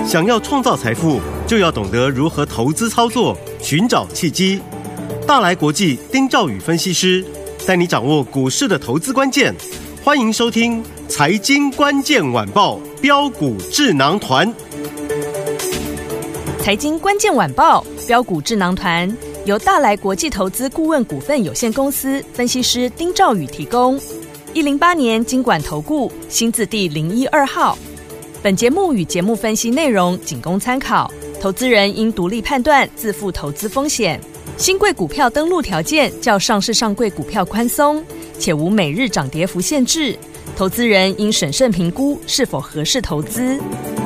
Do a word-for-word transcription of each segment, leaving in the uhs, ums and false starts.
想要创造财富，就要懂得如何投资操作，寻找契机。大来国际丁兆宇分析师带你掌握股市的投资关键。欢迎收听《财经关键晚报》标股智囊团。 财经关键晚报标股智囊团由大来国际投资顾问股份有限公司分析师丁兆宇提供。一零八年金管投顾新字第零一二号。本节目与节目分析内容仅供参考，投资人应独立判断，自负投资风险。新贵股票登录条件较上市上柜股票宽松，且无每日涨跌幅限制，投资人应审慎评估是否合适投资。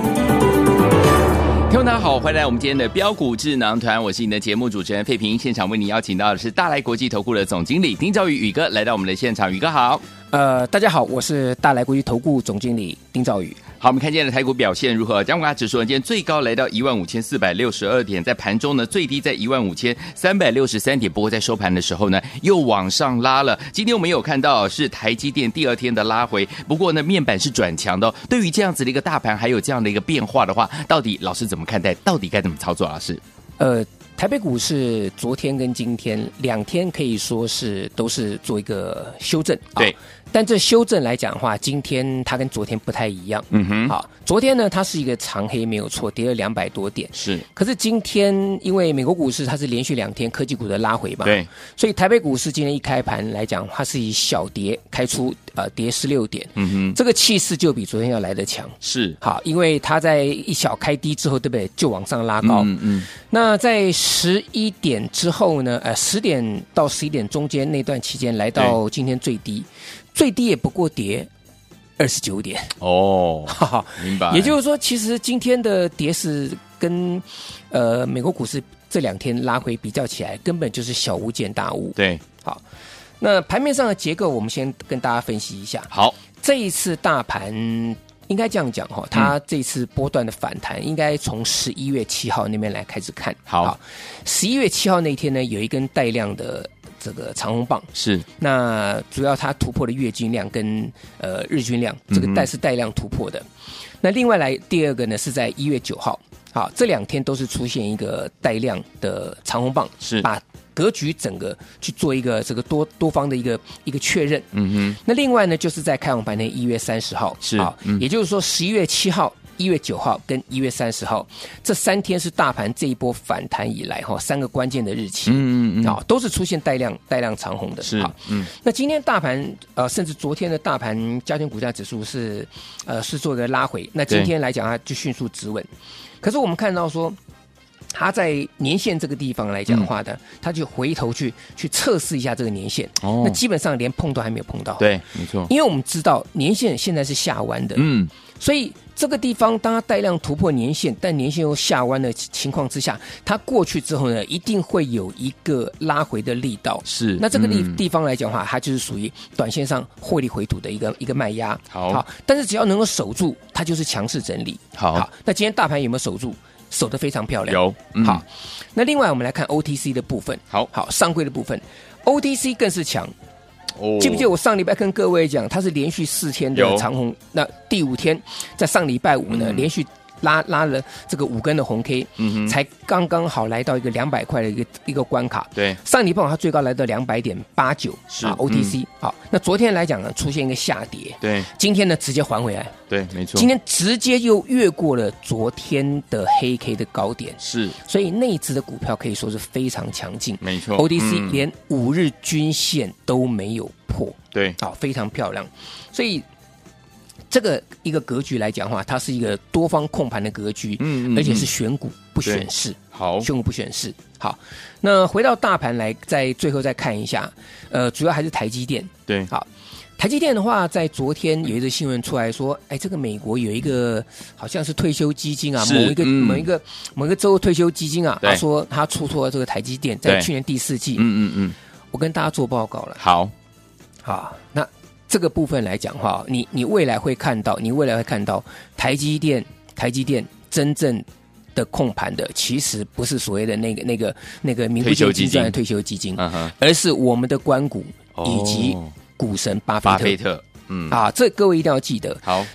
听众大家好，欢迎来我们今天的标股智囊团，我是你的节目主持人费平。现场为你邀请到的是大来国际投顾的总经理丁兆宇宇哥来到我们的现场，宇哥好。 呃，大家好，我是大来国际投顾总经理丁兆宇。 好，我们看今天的台股表现如何？加权指数今天最高来到一万五千四百六十二点，在盘中呢最低在一万五千三百六十三点，不过在收盘的时候呢又往上拉了。今天我们有看到是台积电第二天的拉回，不过呢面板是转强的、哦。对于这样子的一个大盘还有这样的一个变化的话，到底老师怎么看待？到底该怎么操作？老师？ 呃。台北股市昨天跟今天两天可以说是都是做一个修正， 对、啊， 但这修正来讲的话，今天它跟昨天不太一样， 嗯哼， 好，昨天呢它是一个长黑没有错，跌了两百多点， 是， 可是今天因为美国股市它是连续两天科技股的拉回嘛， 对， 所以台北股市今天一开盘来讲，它是以小跌开出，呃，跌十六点， 嗯哼， 这个气势就比昨天要来得强， 是， 好，因为它在一小开低之后，对不对？就往上拉高， 嗯嗯， 那在十一点之后呢，呃，十点到十一点中间那段期间，来到今天最低，最低也不过跌二十九点哦，明白。 也就是说，其实今天的跌势跟呃美国股市这两天拉回比较起来，根本就是小巫见大巫。 对， 好，那盘面上的结构，我们先跟大家分析一下。 好， 这一次大盘。应该这样讲哈，它这次波段的反弹，应该从十一月七号那边来开始看。 好， 十一月七号那天呢，有一根带量的这个长红棒， 是。 那主要它突破了月均量跟呃日均量，这个带是带量突破的。嗯、那另外来第二个呢，是在一月九号，好，这两天都是出现一个带量的长红棒， 是把格局整个去做一个这个多多方的一个一个确认。 嗯哼。 那另外呢，就是在开红盘的一月三十号， 是， 好、嗯，也就是说十一月七号、一月九号跟一月三十号这三天是大盘这一波反弹以来哈三个关键的日期。嗯嗯嗯，啊、哦，都是出现带量带量长红的。 是， 好，嗯。那今天大盘呃，甚至昨天的大盘加权股价指数是呃是做一个拉回，那今天来讲它就迅速止稳。可是我们看到说。它在年线这个地方来讲的话呢，嗯、它就回头去去测试一下这个年线，哦、那基本上连碰都还没有碰到。 对，没错。 因为我们知道年线现在是下弯的，嗯，所以这个地方当它带量突破年线，但年线又下弯的情况之下，它过去之后呢，一定会有一个拉回的力道。 是， 那这个地、嗯、地方来讲的话，它就是属于短线上获利回吐的一个一个卖压。 好， 好，但是只要能够守住，它就是强势整理。 好， 好，那今天大盘有没有守住？守得非常漂亮， 有、嗯、 好。那另外我们来看 O T C 的部分， 好好上柜的部分 ，O T C 更是强。哦，记不记得我上礼拜跟各位讲，它是连续四天的长红，那第五天在上礼拜五呢，嗯、连续拉拉了这个五根的红 K，嗯、才刚刚好来到一个两百块的一个一个关卡。 对， 上礼拜它最高来到两百点八九， 是啊 O T C、嗯。好，那昨天来讲呢，出现一个下跌， 对， 今天呢直接还回来。 对，没错。 今天直接又越过了昨天的黑 K 的高点， 是， 所以内资的股票可以说是非常强劲。 没错 ，O T C、 嗯、 连五日均线都没有破， 对， 好，非常漂亮。所以这个一个格局来讲的话，它是一个多方控盘的格局，嗯嗯嗯，而且是选股不选市， 好， 选股不选市。好，那回到大盘来，再最后再看一下，呃，主要还是台积电， 对， 好。台积电的话，在昨天有一则新闻出来说，哎，这个美国有一个好像是退休基金啊，某一个、嗯、某一个某一个州退休基金啊，他说他出错了这个台积电，在去年第四季，嗯嗯嗯，我跟大家做报告了。 好， 好，那这个部分来讲的话，你你未来会看到，你未来会看到台积电，台积电真正的控盘的，其实不是所谓的那个那个那个名不见经传的退休基金，嗯、而是我们的官股以及。股神巴菲特， 巴菲特，嗯啊，这各位一定要记得。 好， 那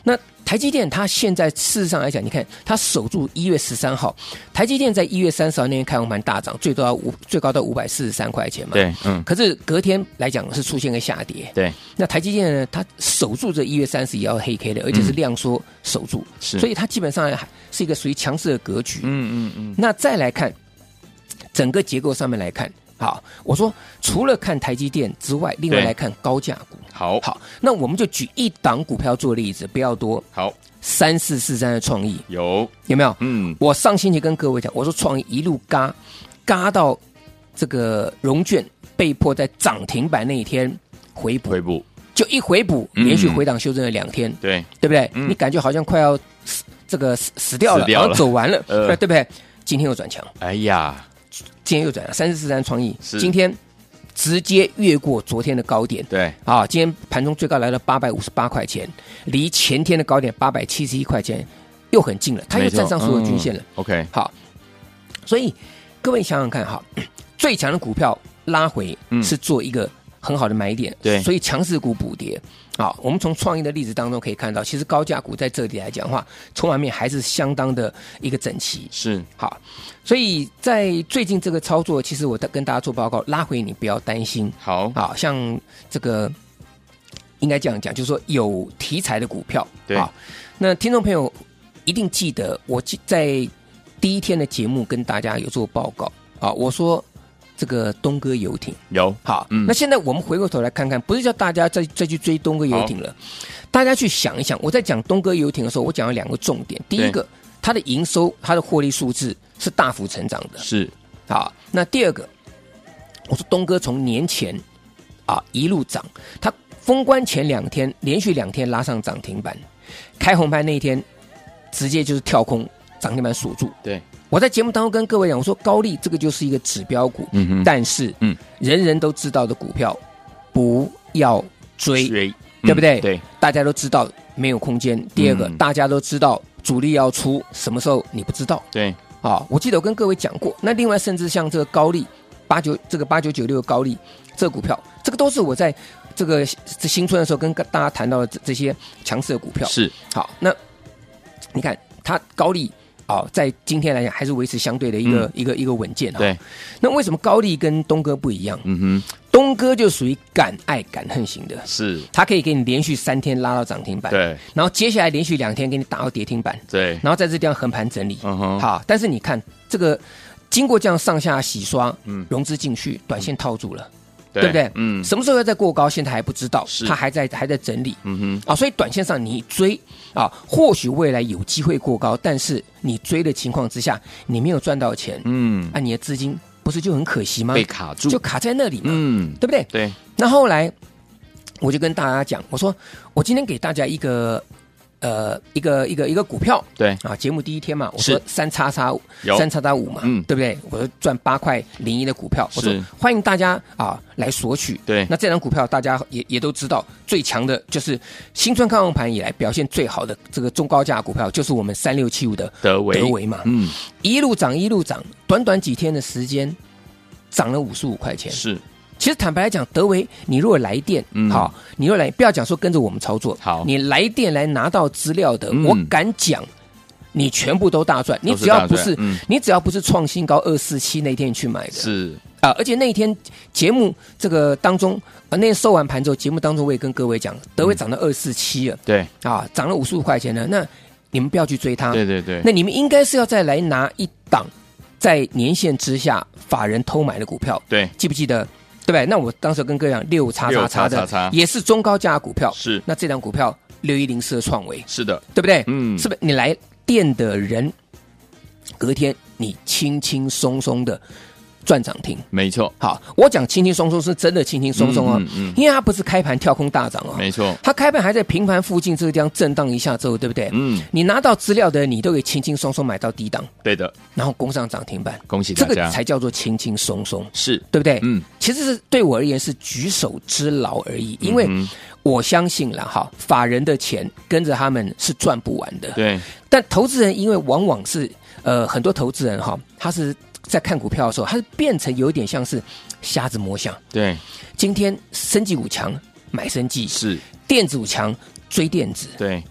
台积电它现在事实上来讲，你看它守住一月十三号，台积电在一月三十号那天开红盘大涨，最多到五最高到五百四十三块钱嘛。 对，嗯。 可是隔天来讲是出现个下跌。 对。 那台积电呢，它守住这一月三十一号黑 K 的，而且是量缩守住，嗯、是，所以它基本上是一个属于强势的格局。嗯嗯嗯。那再来看整个结构上面来看。好，我说除了看台积电之外，另外来看高价股。 好， 好，那我们就举一档股票做例子，不要多。 好， 三四四三的创意有有没有？ 嗯， 我上星期跟各位讲，我说创意一路嘎嘎到这个融券被迫在涨停板那一天回补， 回补就一回补，连续回档修正了两天， 嗯、对对不对？ 嗯、 你感觉好像快要死这个死死掉了， 死掉了好像走完了，呃、对不对？今天又转强， 哎呀， 今天又转了三四四三创意，今天直接越过昨天的高点， 对啊，今天盘中最高来到八百五十八块钱，离前天的高点八百七十一块钱又很近了，它又站上所有均线了。 嗯、OK， 好，所以各位想想看哈，最强的股票拉回是做一个很好的买点， 嗯、对， 所以强势股补跌。好，我们从创意的例子当中可以看到，其实高价股在这里来讲的话，筹码面还是相当的一个整齐。 是， 好，所以在最近这个操作，其实我跟大家做报告，拉回你不要担心。 好， 好像这个应该这样讲，就是说有题材的股票。 对， 好，那听众朋友一定记得，我在第一天的节目跟大家有做报告啊，我说。这个东哥游艇有好、嗯，那现在我们回过头来看看，不是叫大家再再去追东哥游艇了，大家去想一想。我在讲东哥游艇的时候，我讲了两个重点。第一个，它的营收、它的获利数字是大幅成长的， 是好。那第二个，我说东哥从年前啊一路涨，它封关前两天连续两天拉上涨停板，开红盘那一天直接就是跳空涨停板锁住， 对。 我在节目当中跟各位讲，我说高利这个就是一个指标股，嗯、但是，嗯，人人都知道的股票不要追，追对不对、嗯？ 对， 大家都知道没有空间。第二个、嗯，大家都知道主力要出，什么时候你不知道？ 对， 啊，我记得我跟各位讲过。那另外，甚至像这个高利八九这个八九九六高利这个股票，这个都是我在这个这新春的时候跟大家谈到的这这些强势的股票。 是好， 那你看它高利。哦，在今天来讲还是维持相对的一个、嗯、一个一个稳健、哦。 对， 那为什么高利跟东哥不一样？ 嗯哼， 东哥就属于敢爱敢恨型的， 是， 他可以给你连续三天拉到涨停板， 对， 然后接下来连续两天给你打到跌停板， 对， 然后在这地方横盘整理， 嗯哼， 好，但是你看这个经过这样上下洗刷，嗯，融资进去，短线套住了。对, 对不对？嗯，什么时候要再过高，现在还不知道，它还在还在整理，嗯哼，啊，所以短线上你追啊，或许未来有机会过高，但是你追的情况之下，你没有赚到钱，嗯，啊，你的资金不是就很可惜吗？ 被卡住， 就卡在那里嘛， 嗯， 对不对？ 对。 那后来我就跟大家讲，我说我今天给大家一个。呃，一个一个一个股票， 对啊，节目第一天嘛，我说三叉叉五，三叉叉五嘛， 嗯， 对不对？我说赚八块零一的股票，我说欢迎大家啊来索取。 对， 那这张股票大家也也都知道，最强的就是新春开红盘以来表现最好的这个中高价股票，就是我们三六七五的德微， 德微嘛，嗯，一路涨一路涨，短短几天的时间涨了五十五块钱， 是。 其实坦白来讲，德微，你如果来电，嗯、好，你若来，不要讲说跟着我们操作， 好， 你来电来拿到资料的，嗯、我敢讲，你全部都大赚。 你只要不是，嗯、你只要不是创新高二四七那天去买的， 是啊，而且那一天节目这个当中，啊，那天收完盘之后，节目当中我也跟各位讲，德微涨到二四七了， 对， 啊，涨了五十五块钱了，那你们不要去追它， 对对对， 那你们应该是要再来拿一档在年线之下法人偷买的股票， 对， 记不记得？对不对？那我当时跟各位讲，六叉叉叉的也是中高价股票， 是。 那这张股票六一零四的创维， 是的， 对不对？ 嗯， 是不是？你来电的人，隔天你轻轻松松的赚涨停， 没错。 好，我讲轻轻松松是真的轻轻松松哦，嗯嗯嗯、因为它不是开盘跳空大涨哦， 没错。 它开盘还在平盘附近这个地方震荡一下之后，对不对？ 嗯， 你拿到资料的人，你都可以轻轻松松买到低档， 对的， 然后攻上涨停板， 恭喜大家， 这个才叫做轻轻松松， 是对不对？ 嗯， 其实是对我而言是举手之劳而已，因为我相信了哈，法人的钱跟着他们是赚不完的， 对。 但投资人因为往往是呃很多投资人哈，他是在看股票的时候，他是变成有点像是瞎子摸象。 对， 今天生技股强买生技， 是电电子股强追电子， 对， 好。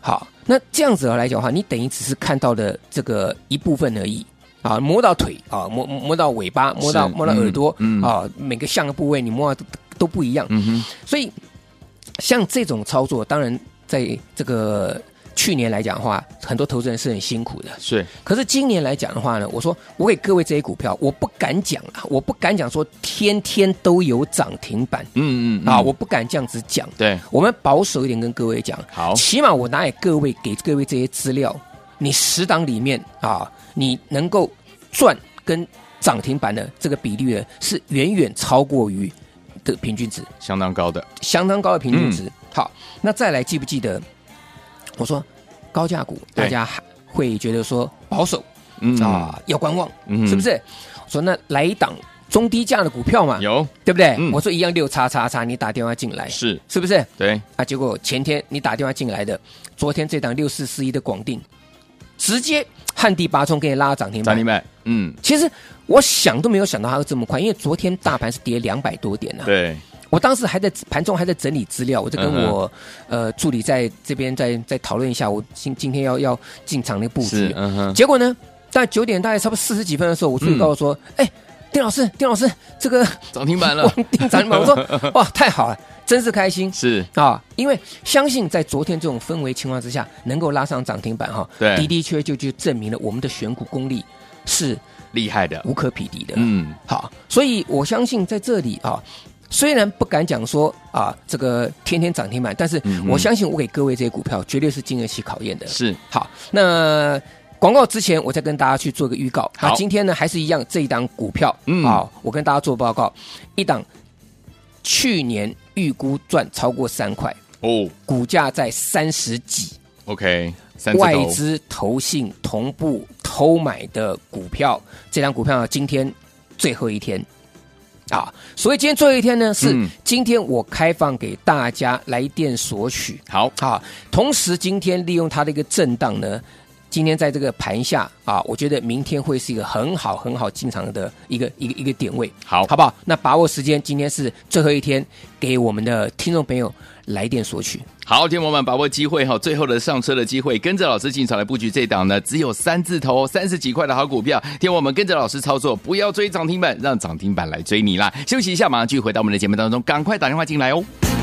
那这样子来讲的话，你等于只是看到的这个一部分而已啊，摸到腿啊，摸摸到尾巴，摸到摸到耳朵、嗯嗯、啊，每个像的部位你摸到 都, 都不一样。嗯哼，所以像这种操作，当然在这个去年来讲的话，很多投资人是很辛苦的。是，可是今年来讲的话呢，我说我给各位这些股票，我不敢讲啊，我不敢讲说天天都有涨停板。嗯 嗯, 嗯啊，我不敢这样子讲。对，我们保守一点跟各位讲。好，起码我拿给各位给各位这些资料，你十档里面啊，你能够赚跟涨停板的这个比率呢，是远远超过于的平均值， 相当高的， 相当高的平均值。嗯、好，那再来记不记得？我说高价股，大家会觉得说保守，嗯啊，要观望，嗯，是不是？我说那来一档中低价的股票嘛，有，对不对？嗯、我说一样六叉叉叉，你打电话进来，是是不是？对啊，结果前天你打电话进来的，昨天这档六四四一的广定，直接旱地拔葱给你拉到涨停板，涨停板，嗯，其实我想都没有想到它会这么快，因为昨天大盘是跌两百多点啊，对。我当时还在盘中还在整理资料，我就跟我、嗯、呃助理在这边再再讨论一下，我今今天要要进场的布局。嗯、结果呢，大概九点大概差不多四十几分的时候，我助理告诉我说：“哎、嗯，丁老师，丁老师，这个涨停板了， 涨停板。”我说：“哇，太好了，真是开心。”是啊，因为相信在昨天这种氛围情况之下，能够拉上涨停板哈，的的确确就证明了我们的选股功力是厉害的， 无可匹敌的。嗯，好，所以我相信在这里啊。虽然不敢讲说啊，这个天天涨停板，但是我相信我给各位这些股票绝对是经得起考验的。是，好，那广告之前我再跟大家去做个预告。好，今天呢还是一样，这一档股票，嗯，好，我跟大家做报告，一档去年预估赚超过三块哦，股价在三十几 ，OK， 外资投信同步偷买的股票，这档股票呢今天最后一天。啊，所以今天最后一天呢，是今天我开放给大家来电索取。好，好，同时今天利用它的一个震荡呢，今天在这个盘下啊，我觉得明天会是一个很好很好进场的一个一个一个点位。好，好不好？那把握时间，今天是最后一天，给我们的听众朋友来电索取。 好，听众们把握机会哈，最后的上车的机会，跟着老师进场来布局这档呢，只有三字头三十几块的好股票。听我们跟着老师操作，不要追涨停板，让涨停板来追你啦。休息一下，马上继续回到我们的节目当中，赶快打电话进来哦。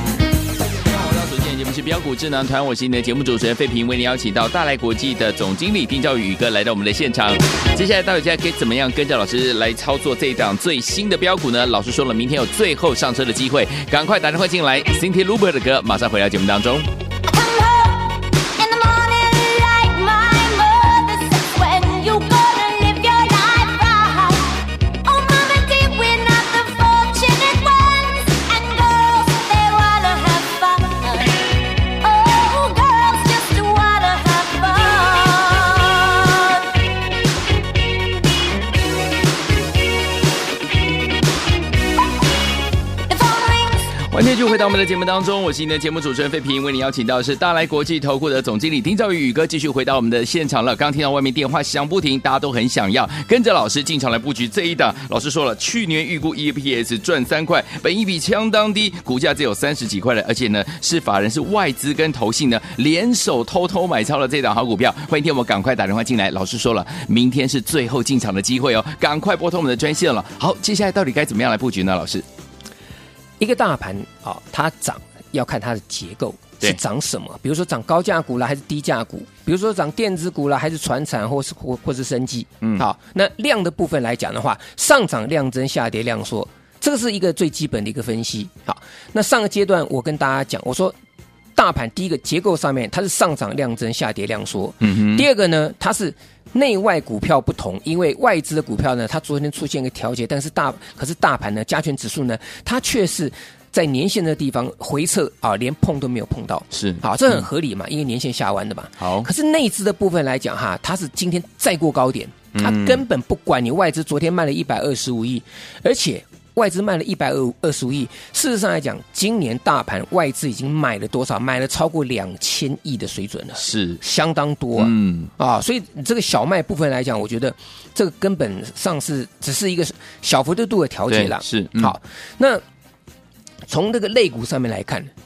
节目是标股智囊团，我是你的节目主持人费平，为您邀请到大来国际的总经理丁兆宇宇哥来到我们的现场。接下来到底该怎么样跟着老师来操作这一档最新的标股呢？老师说了，明天有最后上车的机会，赶快打电话进来。Cindy Luber 的歌马上回到节目当中。完全就回到我们的节目当中，我是你的节目主持人费平，为你邀请到的是大来国际投顾的总经理丁兆宇宇哥，继续回到我们的现场了。刚听到外面电话响不停，大家都很想要跟着老师进场来布局这一档。老师说了，去年预估 E P S 赚三块，本益比相当低，股价只有三十几块的，而且呢是法人是外资跟投信呢联手偷偷买超了这档好股票。欢迎听我们赶快打电话进来。老师说了，明天是最后进场的机会哦，赶快拨通我们的专线了。好，接下来到底该怎么样来布局呢？老师？ 一个大盘啊、哦，它涨要看它的结构是涨什么，比如说涨高价股啦，还是低价股，比如说涨电子股啦，还是传产，或是或或是生技。嗯，好，那量的部分来讲的话，上涨量增，下跌量缩，这个是一个最基本的一个分析。好，那上个阶段我跟大家讲，我说大盘第一个结构上面它是上涨量增，下跌量缩。嗯哼。第二个呢，它是内外股票不同，因为外资的股票呢，它昨天出现一个调节，但是大可是大盘呢，加权指数呢，它却是在年线的地方回撤啊，连碰都没有碰到，是好，这很合理嘛，嗯、因为年线下弯的嘛。好，可是内资的部分来讲哈，它是今天再过高点，它根本不管你外资昨天卖了一百二十五亿，而且外资卖了一百二十五亿，事实上来讲，今年大盘外资已经买了多少？买了超过两千亿的水准了，是相当多啊。嗯啊，所以这个小麦部分来讲，我觉得这个根本上是只是一个小幅度的调节啦。是、嗯、好，那从这个类股上面来看，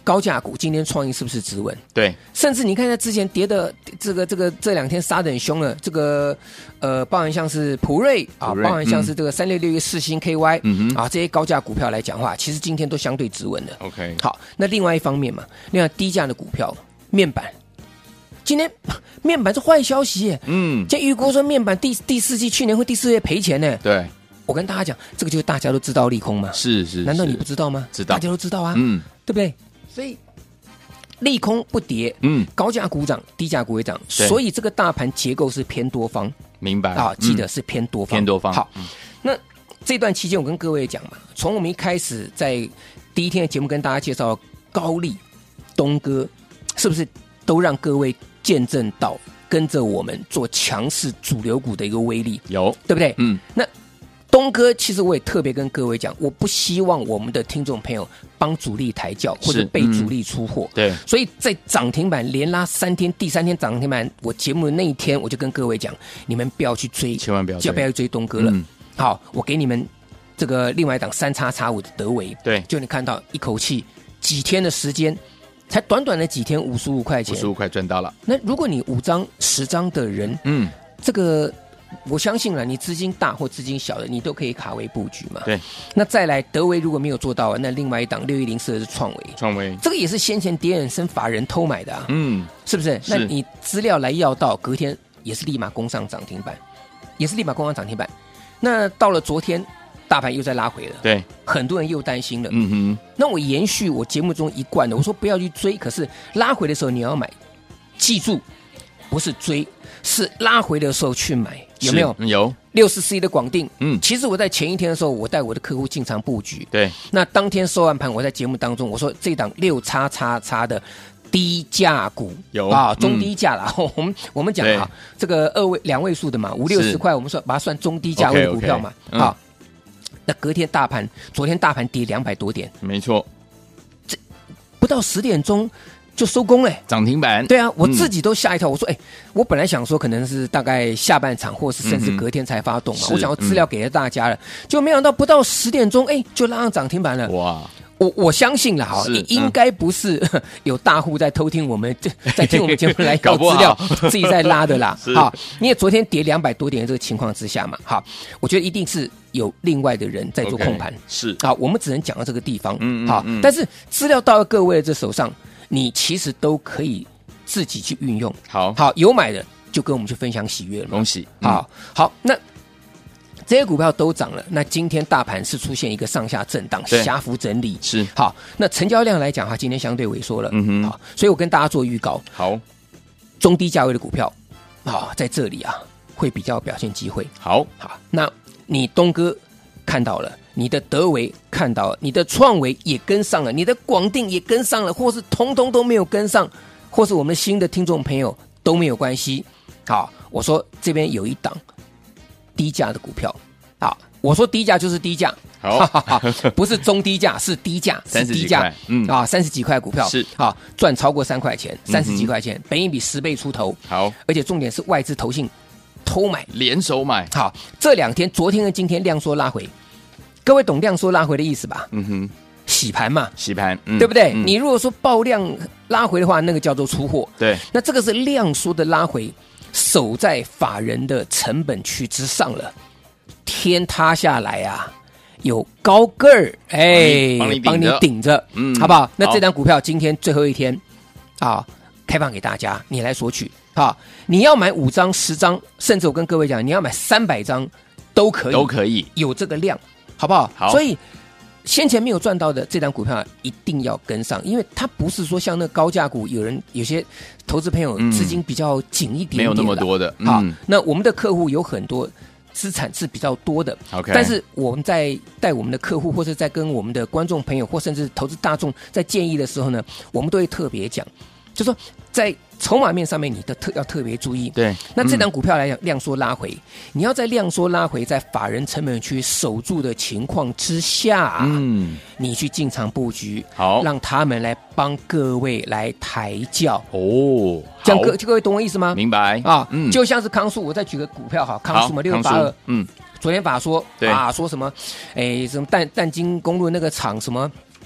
高价股今天创意是不是止稳？ 对， 甚至你看它之前跌的这个这个这两天杀得很凶了，这个呃，包含像是普瑞啊， 普瑞包含像是这个三六六一世新 K Y， 嗯哼啊，这些高价股票来讲的话，其实今天都相对止稳的。 OK， 好，那另外一方面嘛，另外低价的股票面板，今天面板是坏消息耶。 嗯， 这预估说面板第第四季去年会第四季赔钱呢。 对， 我跟大家讲，这个就是大家都知道利空嘛。 是是， 难道是你不知道吗？ 知道， 大家都知道啊， 嗯对不对？所以利空不跌， 嗯， 高价股涨，低价股也涨， 对所以这个大盘结构是偏多方明白啊，记得嗯是偏多方， 偏多方好， 嗯那这段期间我跟各位讲嘛，从我们一开始在第一天的节目跟大家介绍高利、东哥，是不是都让各位见证到跟着我们做强势主流股的一个威力， 有， 对不对？ 嗯， 那东哥其实我也特别跟各位讲，我不希望我们的听众朋友帮主力抬轿或者是被主力出货， 对， 所以在涨停板连拉三天，第三天涨停板，我节目的那一天我就跟各位讲，你们不要去追， 千万不要追就不要去追东哥了。 嗯好，我给你们这个另外一档三叉叉五的德维， 对， 就你看到一口气几天的时间，才短短的几天，五十五块钱， 五十五块赚到了， 那如果你五张、十张的人， 嗯， 这个我相信了，你资金大或资金小的，你都可以卡位布局嘛。 对， 那再来德维如果没有做到，那另外一档六一零四的是创维， 创维， 这个也是先前跌很深法人偷买的啊， 嗯， 是不是？ 是那你资料来要到，隔天也是立马攻上涨停板，也是立马攻上涨停板。那到了昨天，大盘又在拉回了， 对， 很多人又担心了。 嗯哼， 那我延续我节目中一贯的，我说不要去追，可是拉回的时候你要买，记住，不是追，是拉回的时候去买，有没有？ 是有， 六十四亿的广定， 嗯其实我在前一天的时候，我带我的客户进场布局， 对， 那当天收完盘，我在节目当中我说这档六叉叉叉的低价股有啊， 嗯中低价啦。我们我们讲啊，这个二位两位数的嘛，五六十块，我们说把它算中低价位的股票嘛， OK，OK，嗯好。那隔天大盘，昨天大盘跌两百多点， 没错， 不到十点钟就收工嘞。 涨停板， 对啊，我嗯自己都吓一跳。我说，哎，我本来想说可能是大概下半场，或是甚至隔天才发动嘛。 嗯哼我想要资料给了大家了，就没想到不到十点钟，哎，就拉上涨停板了。 哇， 我我相信了哈， 是应该不是有大户在偷听我们，在听我们节目来搞不好要资料，自己在拉的啦是。 好，因为昨天跌两百多点的这个情况之下嘛，好，我觉得一定是有另外的人在做 OK， 控盘。 是， 好，我们只能讲到这个地方。 嗯嗯好嗯， 但是资料到了各位的这手上，你其实都可以自己去运用。 好， 好，有买的就跟我们去分享喜悦了嘛。 恭喜，嗯好，好，那这些股票都涨了，那今天大盘是出现一个上下震荡、 对狭幅整理。 是好，那成交量来讲，它今天相对萎缩了。 嗯哼好，所以我跟大家做预告， 好， 中低价位的股票，好，在这里啊会比较有表现机会。 好， 好，那你东哥看到了，你的德维看到了，你的创维也跟上了，你的广定也跟上了，或是通通都没有跟上，或是我们新的听众朋友都没有关系。好，我说这边有一档低价的股票，好，我说低价就是低价， 好不是中低价，是低价，是三十几低价块，嗯啊，三十几块股票是啊，赚超过三块钱，三十嗯哼几块钱，本益比十倍出头， 好， 而且重点是外资投信偷买。 联手买， 好，这两天昨天跟今天量缩拉回，各位懂量缩拉回的意思吧？ 嗯哼， 洗盘嘛， 洗盘，嗯对不对？ 嗯你如果说爆量拉回的话，那个叫做出货。 对， 那这个是量缩的拉回，守在法人的成本区之上了，天塌下来啊，有高个儿，哎， 帮你帮你帮你顶着顶着， 嗯好不好？那好这张股票今天最后一天啊，开放给大家，你来索取啊！你要买五张、十张，甚至我跟各位讲，你要买三百张都可以， 都可以， 有这个量，好不好？ 好所以先前没有赚到的这档股票一定要跟上，因为它不是说像那高价股，有人有些投资朋友嗯资金比较紧一点点， 没有那么多的， 好， 嗯那我们的客户有很多资产是比较多的 ，OK， 但是我们在带我们的客户，或者在跟我们的观众朋友，或甚至投资大众在建议的时候呢，我们都会特别讲，就说在筹码面上面，你的特要特别注意。 对， 那这档嗯股票来讲，量缩拉回，你要在量缩拉回，在法人成本区守住的情况之下， 嗯， 你去进场布局， 好， 让他们来帮各位来抬轿。 哦， 这样好各各位懂我意思吗？ 明白啊， 嗯， 就像是康舒，我再举个股票哈，康舒嘛，六康八二叔，，嗯， 昨天法说对啊，说什么？哎，什么淡淡金公路那个厂什么？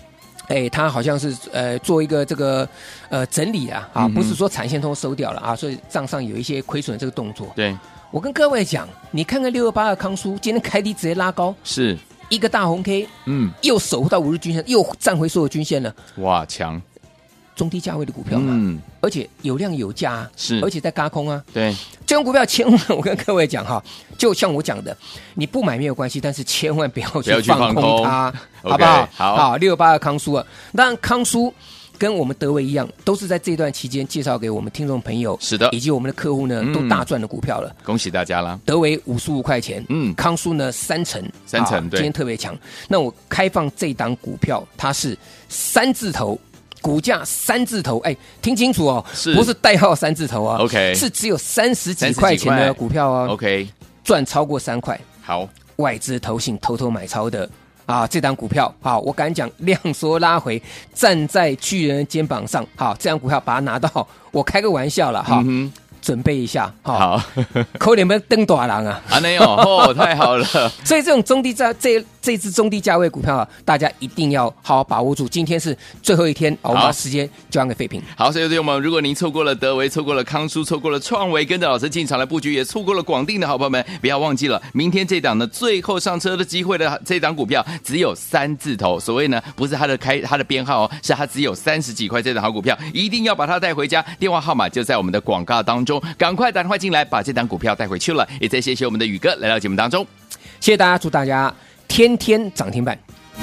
哎，它好像是呃做一个这个呃整理啊，啊， 嗯、 不是说产线通收掉了啊，所以账上有一些亏损的这个动作。 对， 我跟各位讲，你看看六二八的康舒，今天开低直接拉高， 是一个大红 K， 嗯，又守到五日均线，又站回所有均线了， 哇，强！ 中低价位的股票嘛，嗯，而且有量有价、啊， 是， 而且在轧空啊， 对， 这种股票千万，我跟各位讲哈，就像我讲的，你不买没有关系，但是千万不要去放空它，好不好？ Okay, 好， 好，六八的康舒啊，当然康舒跟我们德微一样，都是在这段期间介绍给我们听众朋友， 是的， 以及我们的客户呢，嗯、都大赚的股票了， 恭喜大家啦！ 德微五十五块钱，嗯，康舒呢三成， 三成，对， 今天特别强。那我开放这档股票，它是三字头。股价三字头，哎，听清楚哦， 是不是代号三字头啊 ？OK， 是只有三十几块钱的股票啊 ，OK， 赚超过三块。 好， 外资投信偷偷买超的啊，这档股票好，我敢讲量缩拉回，站在巨人的肩膀上，好，这档股票把它拿到，我开个玩笑了哈。嗯，准备一下， 好， 可怜不登大郎啊！ 啊，没有哦，太好了。 所以这种中低价这这支中低价位股票啊，大家一定要好好把握住。今天是最后一天，我们把时间交给废品。 好，所以朋友们，如果您错过了德微，错过了康舒，错过了创维，跟着老师进场来布局，也错过了广定的好朋友们，不要忘记了，明天这档呢最后上车的机会的这档股票只有三字头，所谓呢不是它的开它的编号哦，是它只有三十几块这档好股票，一定要把它带回家。电话号码就在我们的广告当中。赶快打电话进来，把这档股票带回去了。也再谢谢我们的宇哥来到节目当中， 谢谢大家，祝大家天天涨停板。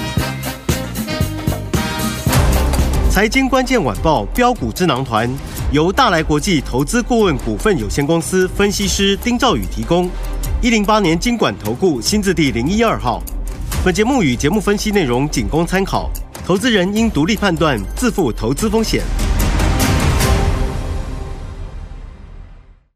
财经关键晚报标股智囊团由大来国际投资顾问股份有限公司分析师丁兆宇提供。一零八年金管投顾新字第零一二号。本节目与节目分析内容仅供参考，投资人应独立判断，自负投资风险。